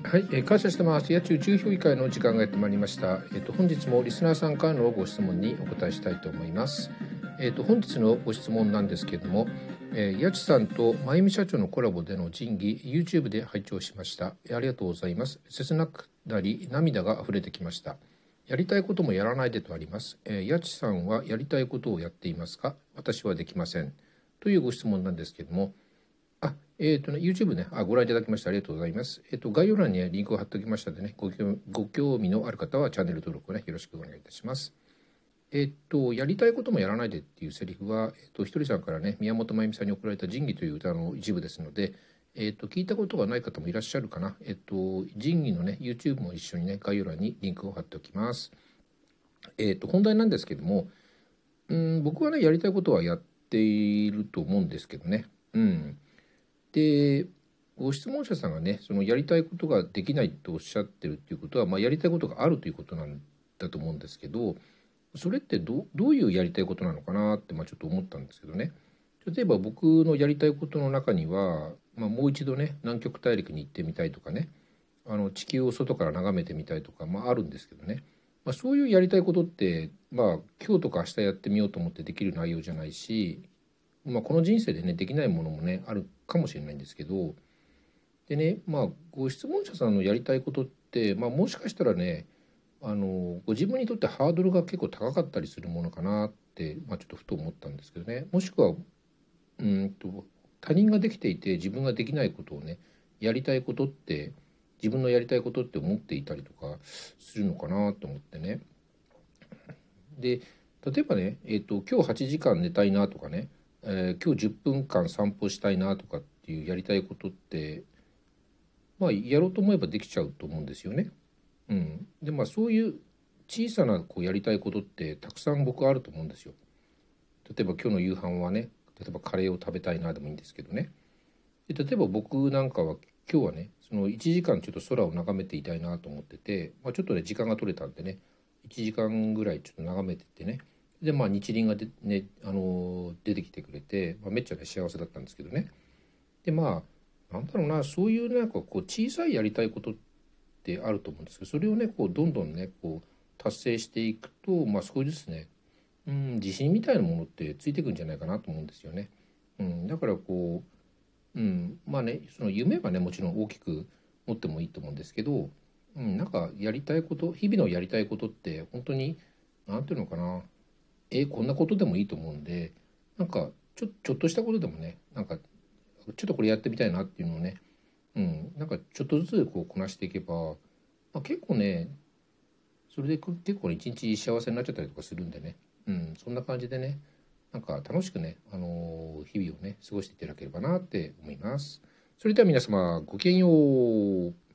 はい、感謝してます。野中中評議会の時間がやってまいりました。本日もリスナーさんからのご質問にお答えしたいと思います。本日のご質問なんですけれども、八千さんと真由美社長のコラボでの仁義 YouTube で拝聴しました。ありがとうございます。切なくなり涙が溢れてきました。やりたいこともやらないでとあります。八千さんはやりたいことをやっていますか？私はできません。というご質問なんですけれども、YouTube ね、ご覧いただきましてありがとうございます。概要欄に、リンクを貼っておきましたのでね、ご興味のある方はチャンネル登録をね、よろしくお願いいたします。やりたいこともやらないでっていうセリフは、ひとりさんからね、宮本真由美さんに送られた仁義という歌の一部ですので、聞いたことがない方もいらっしゃるかな。仁義のね、YouTube も一緒にね、概要欄にリンクを貼っておきます。本題なんですけども、僕はね、やりたいことはやっていると思うんですけどね。で、ご質問者さんがね、そのやりたいことができないとおっしゃってるっていうことは、やりたいことがあるということなんだと思うんですけど、それってどういうやりたいことなのかなって、ちょっと思ったんですけどね。例えば僕のやりたいことの中には、もう一度ね、南極大陸に行ってみたいとかね、地球を外から眺めてみたいとか、あるんですけどね、そういうやりたいことって、今日とか明日やってみようと思ってできる内容じゃないし、この人生でねできないものもねあるかもしれないんですけど、でね、ご質問者さんのやりたいことって、もしかしたらね、ご自分にとってハードルが結構高かったりするものかなって、ちょっとふと思ったんですけどね。もしくは他人ができていて自分ができないことをね、やりたいことって、自分のやりたいことって思っていたりとかするのかなと思ってね。で、例えばね、今日8時間寝たいなとかね、今日10分間散歩したいなとかっていうやりたいことって、やろうと思えばできちゃうと思うんですよね。でそういう小さなやりたいことってたくさん僕あると思うんですよ。例えば今日の夕飯はね、例えばカレーを食べたいなでもいいんですけどね。で例えば僕なんかは今日はね、その1時間ちょっと空を眺めていたいなと思ってて、ちょっとね時間が取れたんでね、1時間ぐらいちょっと眺めててね、で日輪が出てきてくれて、めっちゃね幸せだったんですけどね。でなんだろうな、そういう小さいやりたいことってあると思うんですけど、それをねどんどんね達成していくと、少しずつね、自信みたいなものってついてくんじゃないかなと思うんですよね。だからその夢はねもちろん大きく持ってもいいと思うんですけど、やりたいこと、日々のやりたいことって本当になんていうのかな、こんなことでもいいと思うんで、ちょっとしたことでもね、ちょっとこれやってみたいなっていうのをね、ちょっとずつこなしていけば、結構ね、それで結構一日幸せになっちゃったりとかするんでね、そんな感じでね、楽しくね、日々をね過ごしていただければなって思います。それでは皆様ごきげんよう。